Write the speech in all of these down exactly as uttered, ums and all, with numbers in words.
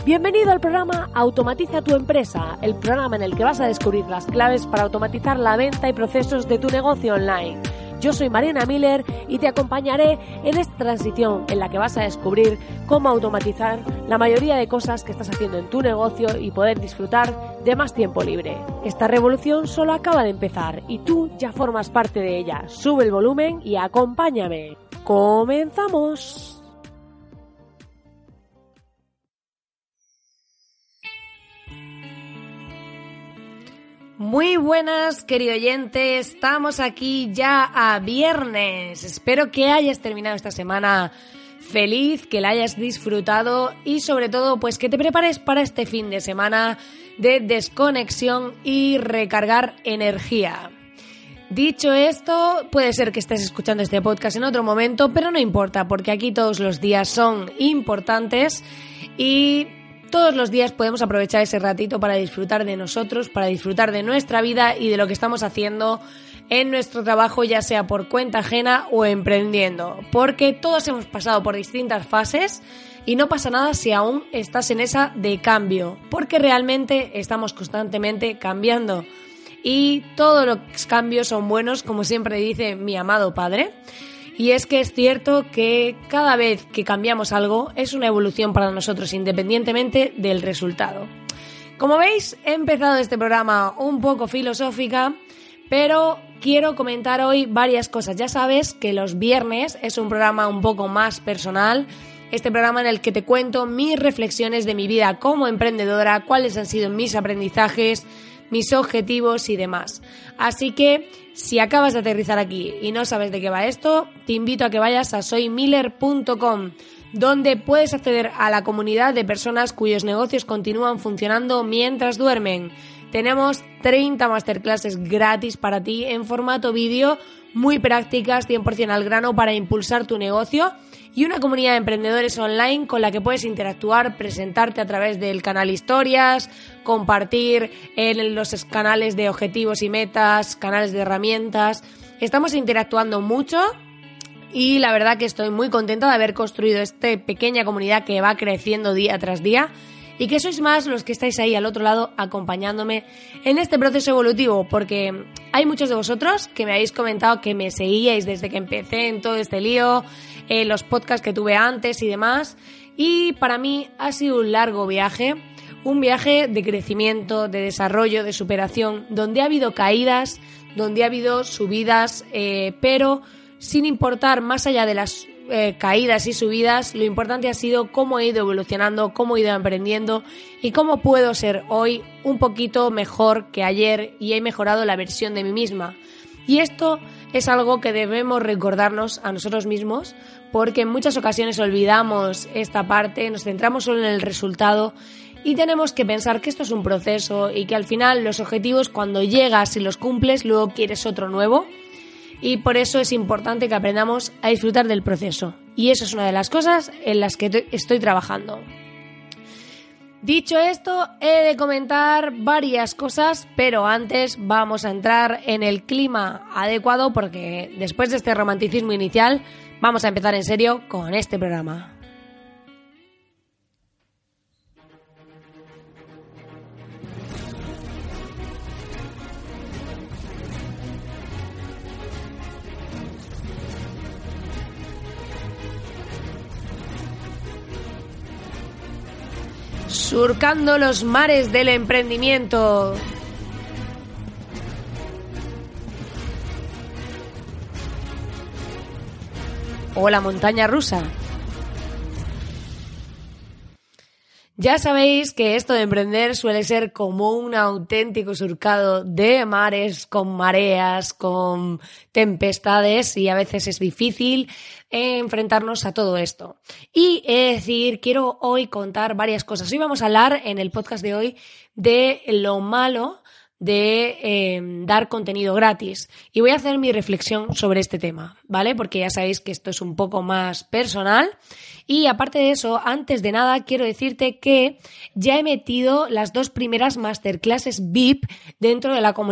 Bienvenido al programa Automatiza tu empresa, el programa en el que vas a descubrir las claves para automatizar la venta y procesos de tu negocio online. Yo soy Mariana Miller y te acompañaré en esta transición en la que vas a descubrir cómo automatizar la mayoría de cosas que estás haciendo en tu negocio y poder disfrutar de más tiempo libre. Esta revolución solo acaba de empezar y tú ya formas parte de ella. Sube el volumen y acompáñame. ¡Comenzamos! Muy buenas, querido oyente, estamos aquí ya a viernes. Espero que hayas terminado esta semana feliz, que la hayas disfrutado y sobre todo pues que te prepares para este fin de semana de desconexión y recargar energía. Dicho esto, puede ser que estés escuchando este podcast en otro momento, pero no importa porque aquí todos los días son importantes y todos los días podemos aprovechar ese ratito para disfrutar de nosotros, para disfrutar de nuestra vida y de lo que estamos haciendo en nuestro trabajo, ya sea por cuenta ajena o emprendiendo. Porque todos hemos pasado por distintas fases y no pasa nada si aún estás en esa de cambio, porque realmente estamos constantemente cambiando. Y todos los cambios son buenos, como siempre dice mi amado padre. Y es que es cierto que cada vez que cambiamos algo es una evolución para nosotros, independientemente del resultado. Como veis, he empezado este programa un poco filosófica, pero quiero comentar hoy varias cosas. Ya sabes que los viernes es un programa un poco más personal, este programa en el que te cuento mis reflexiones de mi vida como emprendedora, cuáles han sido mis aprendizajes, mis objetivos y demás. Así que, si acabas de aterrizar aquí y no sabes de qué va esto, te invito a que vayas a soy miller punto com, donde puedes acceder a la comunidad de personas cuyos negocios continúan funcionando mientras duermen. Tenemos treinta masterclasses gratis para ti en formato vídeo, muy prácticas, cien por ciento al grano para impulsar tu negocio y una comunidad de emprendedores online con la que puedes interactuar, presentarte a través del canal Historias, compartir en los canales de objetivos y metas, canales de herramientas. Estamos interactuando mucho y la verdad que estoy muy contenta de haber construido esta pequeña comunidad que va creciendo día tras día y que sois más los que estáis ahí al otro lado acompañándome en este proceso evolutivo, porque hay muchos de vosotros que me habéis comentado que me seguíais desde que empecé en todo este lío, en los podcasts que tuve antes y demás, y para mí ha sido un largo viaje, un viaje de crecimiento, de desarrollo, de superación, donde ha habido caídas, donde ha habido subidas, eh, pero sin importar más allá de las eh, caídas y subidas, lo importante ha sido cómo he ido evolucionando, cómo he ido aprendiendo y cómo puedo ser hoy un poquito mejor que ayer y he mejorado la versión de mí misma. Y esto es algo que debemos recordarnos a nosotros mismos porque en muchas ocasiones olvidamos esta parte, nos centramos solo en el resultado y tenemos que pensar que esto es un proceso y que al final los objetivos cuando llegas y los cumples luego quieres otro nuevo y por eso es importante que aprendamos a disfrutar del proceso y eso es una de las cosas en las que estoy trabajando. Dicho esto, he de comentar varias cosas, pero antes vamos a entrar en el clima adecuado porque después de este romanticismo inicial vamos a empezar en serio con este programa. Surcando los mares del emprendimiento. O la montaña rusa. Ya sabéis que esto de emprender suele ser como un auténtico surcado de mares, con mareas, con tempestades y a veces es difícil enfrentarnos a todo esto. Y he de decir, quiero hoy contar varias cosas. Hoy vamos a hablar en el podcast de hoy de lo malo de eh, dar contenido gratis y voy a hacer mi reflexión sobre este tema, ¿vale? Porque ya sabéis que esto es un poco más personal y aparte de eso, antes de nada quiero decirte que ya he metido las dos primeras masterclasses V I P dentro de la comunidad.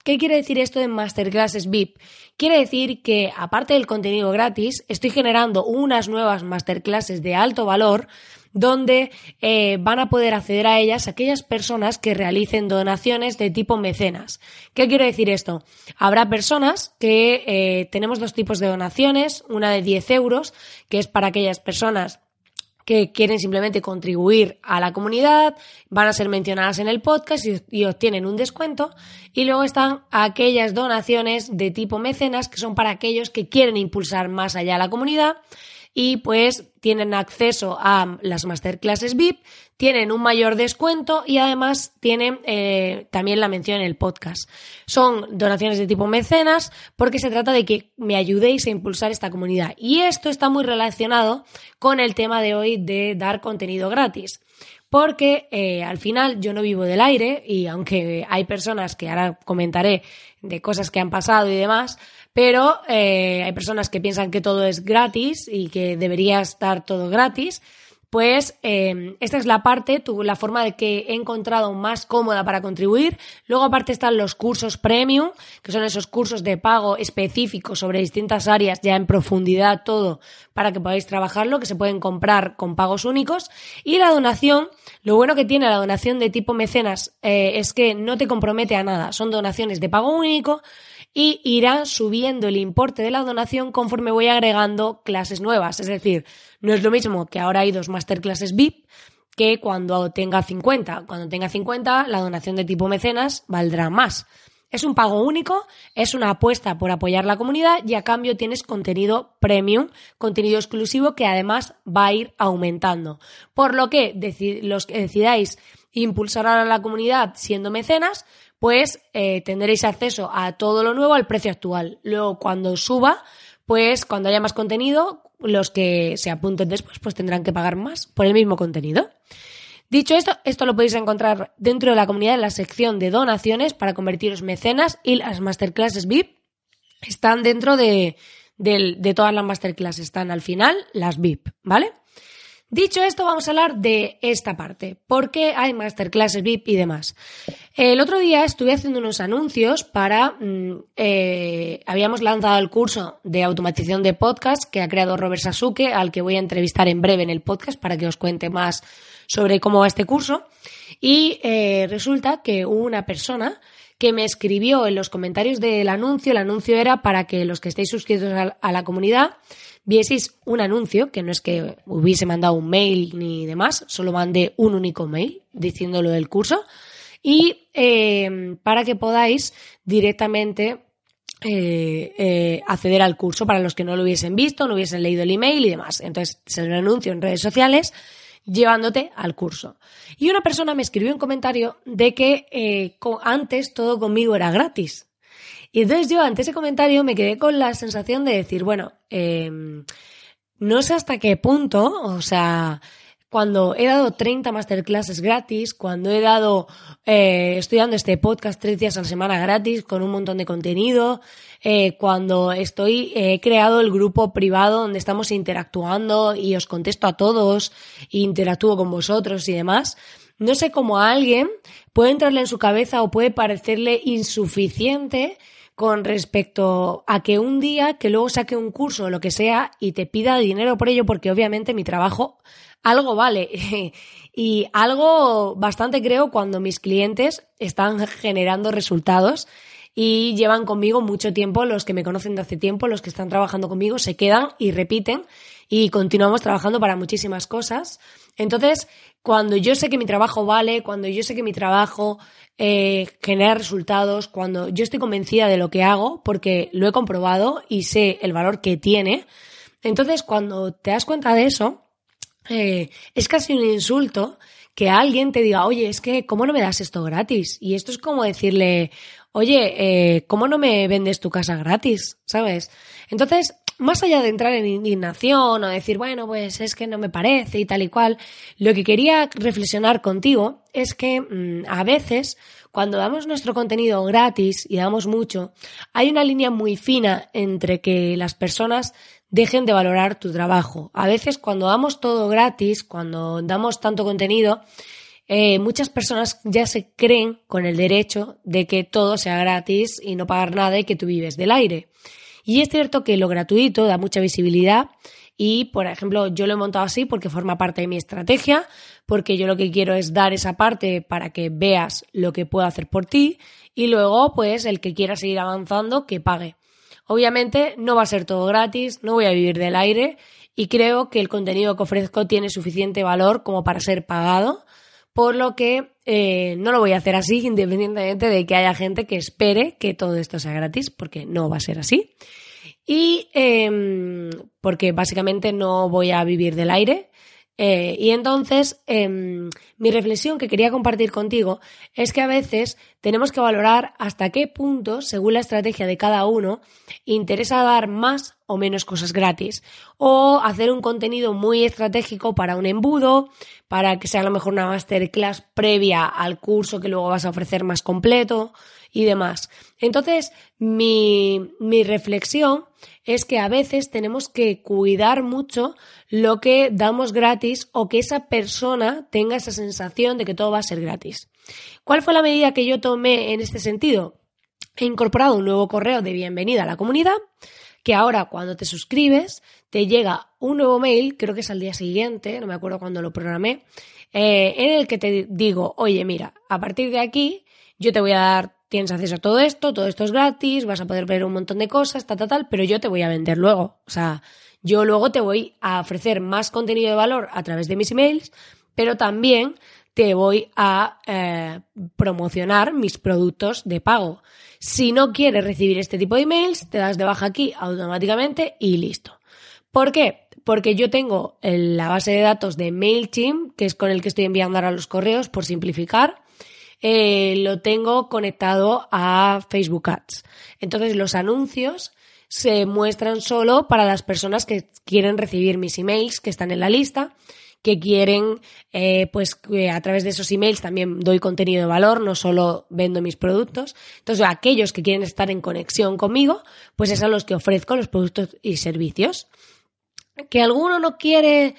¿qué quiere decir esto de Masterclasses V I P? Quiere decir que, aparte del contenido gratis, estoy generando unas nuevas Masterclasses de alto valor donde eh, van a poder acceder a ellas aquellas personas que realicen donaciones de tipo mecenas. ¿Qué quiere decir esto? Habrá personas que eh, tenemos dos tipos de donaciones, una de diez euros, que es para aquellas personas que quieren simplemente contribuir a la comunidad, van a ser mencionadas en el podcast y, y obtienen un descuento. Y luego están aquellas donaciones de tipo mecenas, que son para aquellos que quieren impulsar más allá a la comunidad y pues tienen acceso a las masterclasses V I P, tienen un mayor descuento y además tienen eh, también la mención en el podcast. Son donaciones de tipo mecenas porque se trata de que me ayudéis a impulsar esta comunidad. Y esto está muy relacionado con el tema de hoy de dar contenido gratis. Porque eh, al final yo no vivo del aire y aunque hay personas que ahora comentaré de cosas que han pasado y demás, pero eh, hay personas que piensan que todo es gratis y que debería estar todo gratis, pues eh, esta es la parte, tu, la forma de que he encontrado más cómoda para contribuir. Luego aparte están los cursos premium, que son esos cursos de pago específicos sobre distintas áreas, ya en profundidad todo, para que podáis trabajarlo, que se pueden comprar con pagos únicos. Y la donación, lo bueno que tiene la donación de tipo mecenas eh, es que no te compromete a nada, son donaciones de pago único, y irá subiendo el importe de la donación conforme voy agregando clases nuevas. Es decir, no es lo mismo que ahora hay dos masterclasses V I P que cuando tenga cincuenta. Cuando tenga cincuenta, la donación de tipo mecenas valdrá más. Es un pago único, es una apuesta por apoyar la comunidad y a cambio tienes contenido premium, contenido exclusivo que además va a ir aumentando. Por lo que deci- los que decidáis impulsar a la comunidad siendo mecenas, pues eh, tendréis acceso a todo lo nuevo al precio actual. Luego, cuando suba, pues cuando haya más contenido, los que se apunten después pues tendrán que pagar más por el mismo contenido. Dicho esto, esto lo podéis encontrar dentro de la comunidad en la sección de donaciones para convertiros mecenas y las masterclasses V I P están dentro de, de, de todas las masterclasses, están al final las V I P, ¿vale? Dicho esto, vamos a hablar de esta parte, porque hay masterclasses V I P y demás. El otro día estuve haciendo unos anuncios para... Eh, habíamos lanzado el curso de automatización de podcast que ha creado Robert Sasuke, al que voy a entrevistar en breve en el podcast para que os cuente más sobre cómo va este curso. Y eh, resulta que hubo una persona que me escribió en los comentarios del anuncio. El anuncio era para que los que estéis suscritos a, a la comunidad vieseis un anuncio, que no es que hubiese mandado un mail ni demás, solo mandé un único mail diciéndolo del curso y eh, para que podáis directamente eh, eh, acceder al curso para los que no lo hubiesen visto, no hubiesen leído el email y demás. Entonces se lo anuncio en redes sociales llevándote al curso. Y una persona me escribió un comentario de que eh, con, antes todo conmigo era gratis. Y entonces yo ante ese comentario me quedé con la sensación de decir, bueno, eh, no sé hasta qué punto, o sea, cuando he dado treinta masterclasses gratis, cuando he dado, eh, estoy dando este podcast tres días a la semana gratis con un montón de contenido, eh, cuando estoy, he creado el grupo privado donde estamos interactuando y os contesto a todos e interactúo con vosotros y demás. No sé cómo a alguien puede entrarle en su cabeza o puede parecerle insuficiente con respecto a que un día que luego saque un curso o lo que sea y te pida dinero por ello, porque obviamente mi trabajo algo vale y algo bastante creo cuando mis clientes están generando resultados y llevan conmigo mucho tiempo, los que me conocen de hace tiempo, los que están trabajando conmigo se quedan y repiten y continuamos trabajando para muchísimas cosas. Entonces, cuando yo sé que mi trabajo vale, cuando yo sé que mi trabajo eh, genera resultados, cuando yo estoy convencida de lo que hago, porque lo he comprobado y sé el valor que tiene, entonces cuando te das cuenta de eso, eh, es casi un insulto que alguien te diga, oye, es que ¿cómo no me das esto gratis? Y esto es como decirle, oye, eh, ¿cómo no me vendes tu casa gratis? ¿Sabes? Entonces, más allá de entrar en indignación o decir, bueno, pues es que no me parece y tal y cual, lo que quería reflexionar contigo es que mmm, a veces cuando damos nuestro contenido gratis y damos mucho, hay una línea muy fina entre que las personas dejen de valorar tu trabajo. A veces cuando damos todo gratis, cuando damos tanto contenido, eh, muchas personas ya se creen con el derecho de que todo sea gratis y no pagar nada y que tú vives del aire. Y es cierto que lo gratuito da mucha visibilidad y, por ejemplo, yo lo he montado así porque forma parte de mi estrategia, porque yo lo que quiero es dar esa parte para que veas lo que puedo hacer por ti y luego, pues, el que quiera seguir avanzando, que pague. Obviamente no va a ser todo gratis, no voy a vivir del aire y creo que el contenido que ofrezco tiene suficiente valor como para ser pagado, por lo que eh, no lo voy a hacer así independientemente de que haya gente que espere que todo esto sea gratis, porque no va a ser así. Y eh, porque básicamente no voy a vivir del aire. Eh, y entonces, eh, mi reflexión que quería compartir contigo es que a veces tenemos que valorar hasta qué punto, según la estrategia de cada uno, interesa dar más o menos cosas gratis. O hacer un contenido muy estratégico para un embudo, para que sea a lo mejor una masterclass previa al curso que luego vas a ofrecer más completo y demás. Entonces, mi, mi reflexión es que a veces tenemos que cuidar mucho lo que damos gratis o que esa persona tenga esa sensación de que todo va a ser gratis. ¿Cuál fue la medida que yo tomé en este sentido? He incorporado un nuevo correo de bienvenida a la comunidad, que ahora cuando te suscribes te llega un nuevo mail, creo que es al día siguiente, no me acuerdo cuándo lo programé, eh, en el que te digo, oye, mira, a partir de aquí yo te voy a dar, tienes acceso a todo esto, todo esto es gratis, vas a poder ver un montón de cosas, tal, tal, tal, pero yo te voy a vender luego. O sea, yo luego te voy a ofrecer más contenido de valor a través de mis emails, pero también te voy a eh, promocionar mis productos de pago. Si no quieres recibir este tipo de emails, te das de baja aquí automáticamente y listo. ¿Por qué? Porque yo tengo la base de datos de MailChimp, que es con el que estoy enviando ahora los correos, por simplificar. Eh, lo tengo conectado a Facebook Ads. Entonces los anuncios se muestran solo para las personas que quieren recibir mis emails, que están en la lista, que quieren, eh, pues que a través de esos emails también doy contenido de valor, no solo vendo mis productos. Entonces aquellos que quieren estar en conexión conmigo, pues es a los que ofrezco los productos y servicios. ¿Que alguno no quiere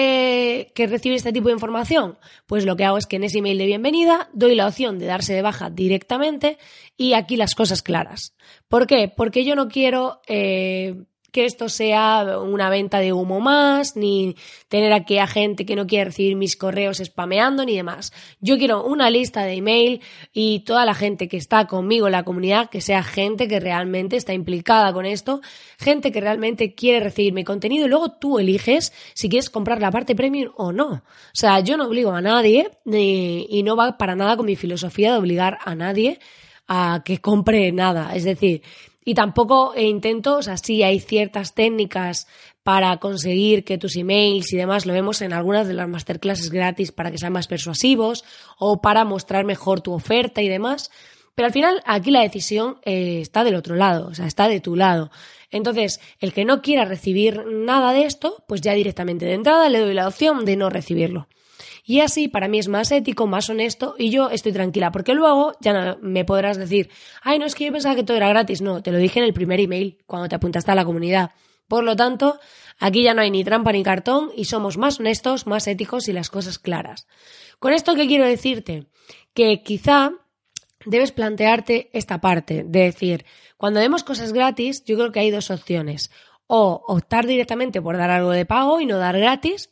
eh, que reciba este tipo de información? Pues lo que hago es que en ese email de bienvenida doy la opción de darse de baja directamente y aquí las cosas claras. ¿Por qué? Porque yo no quiero eh, que esto sea una venta de humo más, ni tener aquí a gente que no quiere recibir mis correos spameando ni demás. Yo quiero una lista de email y toda la gente que está conmigo en la comunidad, que sea gente que realmente está implicada con esto, gente que realmente quiere recibir mi contenido y luego tú eliges si quieres comprar la parte premium o no. O sea, yo no obligo a nadie ni, y no va para nada con mi filosofía de obligar a nadie a que compre nada. Es decir, y tampoco intento, o sea, sí hay ciertas técnicas para conseguir que tus emails y demás, lo vemos en algunas de las masterclasses gratis para que sean más persuasivos o para mostrar mejor tu oferta y demás, pero al final aquí la decisión eh, está del otro lado, o sea, está de tu lado. Entonces, el que no quiera recibir nada de esto, pues ya directamente de entrada le doy la opción de no recibirlo. Y así para mí es más ético, más honesto y yo estoy tranquila porque luego ya no me podrás decir, ay, no, es que yo pensaba que todo era gratis. No, te lo dije en el primer email cuando te apuntaste a la comunidad. Por lo tanto, aquí ya no hay ni trampa ni cartón y somos más honestos, más éticos y las cosas claras. ¿Con esto qué quiero decirte? Que quizá debes plantearte esta parte de decir, cuando demos cosas gratis, yo creo que hay dos opciones. O optar directamente por dar algo de pago y no dar gratis,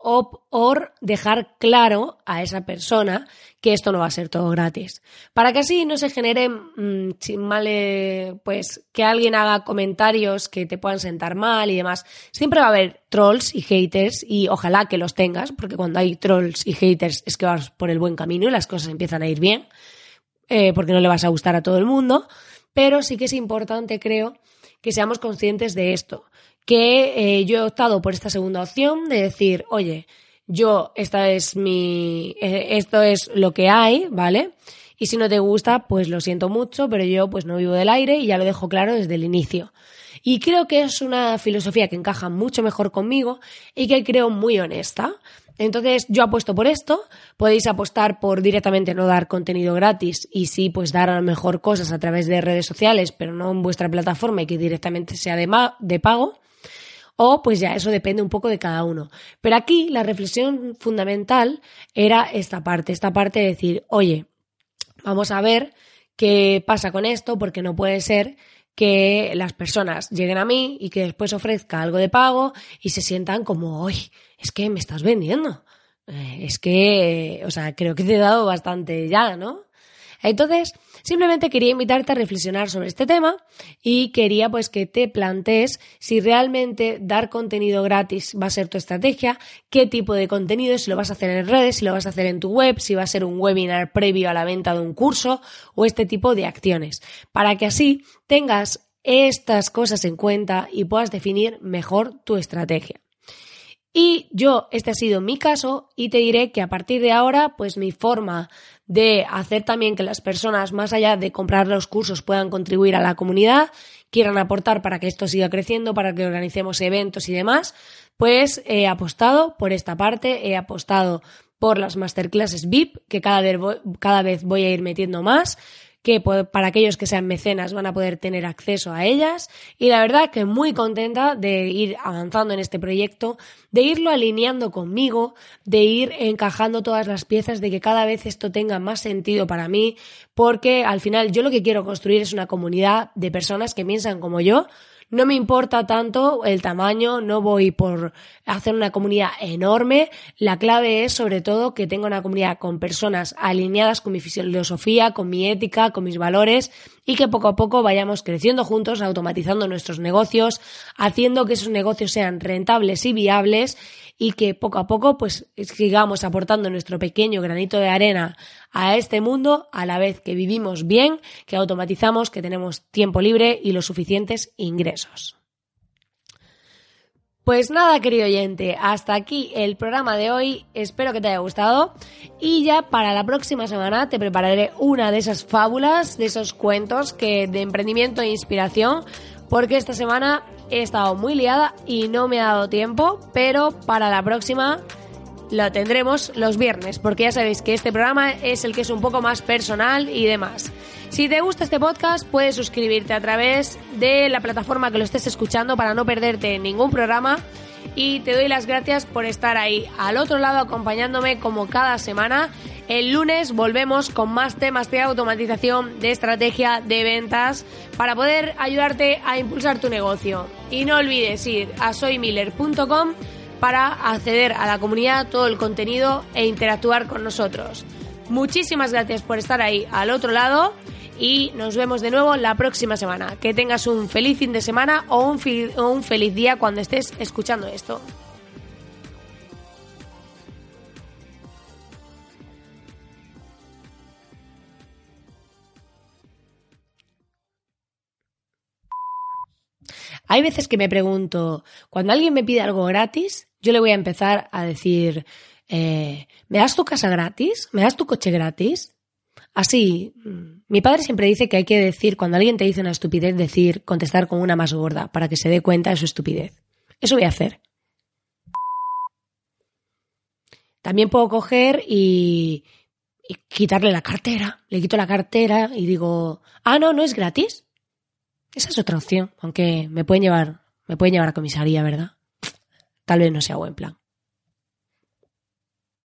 o por dejar claro a esa persona que esto no va a ser todo gratis. Para que así no se genere mmm, mal, eh, pues que alguien haga comentarios que te puedan sentar mal y demás. Siempre va a haber trolls y haters y ojalá que los tengas, porque cuando hay trolls y haters es que vas por el buen camino y las cosas empiezan a ir bien, eh, porque no le vas a gustar a todo el mundo, pero sí que es importante, creo, que seamos conscientes de esto. Que eh, yo he optado por esta segunda opción de decir, oye, yo, esta es mi, eh, esto es lo que hay, ¿vale? Y si no te gusta, pues lo siento mucho, pero yo pues no vivo del aire y ya lo dejo claro desde el inicio. Y creo que es una filosofía que encaja mucho mejor conmigo y que creo muy honesta. Entonces yo apuesto por esto, podéis apostar por directamente no dar contenido gratis y sí pues dar a lo mejor cosas a través de redes sociales, pero no en vuestra plataforma y que directamente sea de, ma- de pago. o pues ya eso depende un poco de cada uno. Pero aquí la reflexión fundamental era esta parte, esta parte de decir, oye, vamos a ver qué pasa con esto, porque no puede ser que las personas lleguen a mí y que después ofrezca algo de pago y se sientan como, oye, es que me estás vendiendo. Eh, es que, o sea, creo que te he dado bastante ya, ¿no? Entonces, simplemente quería invitarte a reflexionar sobre este tema y quería pues que te plantees si realmente dar contenido gratis va a ser tu estrategia, qué tipo de contenido, si lo vas a hacer en redes, si lo vas a hacer en tu web, si va a ser un webinar previo a la venta de un curso o este tipo de acciones, para que así tengas estas cosas en cuenta y puedas definir mejor tu estrategia. Y yo, este ha sido mi caso y te diré que a partir de ahora, pues mi forma de hacer también que las personas, más allá de comprar los cursos, puedan contribuir a la comunidad, quieran aportar para que esto siga creciendo, para que organicemos eventos y demás, pues he apostado por esta parte, he apostado por las masterclasses V I P, que cada vez voy, cada vez voy a ir metiendo más, que para aquellos que sean mecenas van a poder tener acceso a ellas y la verdad que muy contenta de ir avanzando en este proyecto, de irlo alineando conmigo, de ir encajando todas las piezas, de que cada vez esto tenga más sentido para mí, porque al final yo lo que quiero construir es una comunidad de personas que piensan como yo. No me importa tanto el tamaño, no voy por hacer una comunidad enorme. La clave es, sobre todo, que tenga una comunidad con personas alineadas con mi filosofía, con mi ética, con mis valores y que poco a poco vayamos creciendo juntos, automatizando nuestros negocios, haciendo que esos negocios sean rentables y viables y que poco a poco pues sigamos aportando nuestro pequeño granito de arena a este mundo a la vez que vivimos bien, que automatizamos, que tenemos tiempo libre y los suficientes ingresos. Pues nada, querido oyente, hasta aquí el programa de hoy, espero que te haya gustado y ya para la próxima semana te prepararé una de esas fábulas, de esos cuentos que de emprendimiento e inspiración, porque esta semana he estado muy liada y no me ha dado tiempo, pero para la próxima lo tendremos los viernes, porque ya sabéis que este programa es el que es un poco más personal y demás. Si te gusta este podcast, puedes suscribirte a través de la plataforma que lo estés escuchando para no perderte ningún programa y te doy las gracias por estar ahí al otro lado acompañándome como cada semana. El lunes volvemos con más temas de automatización, de estrategia, de ventas para poder ayudarte a impulsar tu negocio. Y no olvides ir a soy miller punto com para acceder a la comunidad, todo el contenido e interactuar con nosotros. Muchísimas gracias por estar ahí al otro lado y nos vemos de nuevo la próxima semana. Que tengas un feliz fin de semana o un, fi- o un feliz día cuando estés escuchando esto. Hay veces que me pregunto, cuando alguien me pide algo gratis, yo le voy a empezar a decir, eh, ¿me das tu casa gratis? ¿Me das tu coche gratis? Así, mi padre siempre dice que hay que decir, cuando alguien te dice una estupidez, decir, contestar con una más gorda, para que se dé cuenta de su estupidez. Eso voy a hacer. También puedo coger y, y quitarle la cartera. Le quito la cartera y digo, ah, no, no es gratis. Esa es otra opción, aunque me pueden llevar, me pueden llevar a comisaría, ¿verdad? Tal vez no sea buen plan.